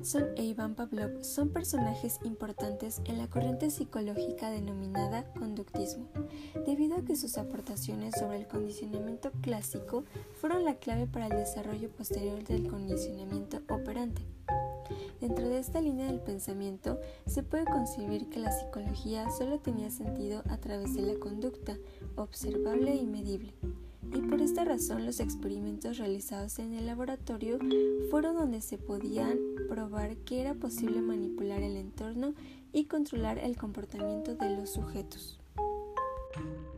Watson e Ivan Pavlov son personajes importantes en la corriente psicológica denominada conductismo, debido a que sus aportaciones sobre el condicionamiento clásico fueron la clave para el desarrollo posterior del condicionamiento operante. Dentro de esta línea del pensamiento, se puede concebir que la psicología solo tenía sentido a través de la conducta, observable y medible. Y por esta razón los experimentos realizados en el laboratorio fueron donde se podían probar que era posible manipular el entorno y controlar el comportamiento de los sujetos.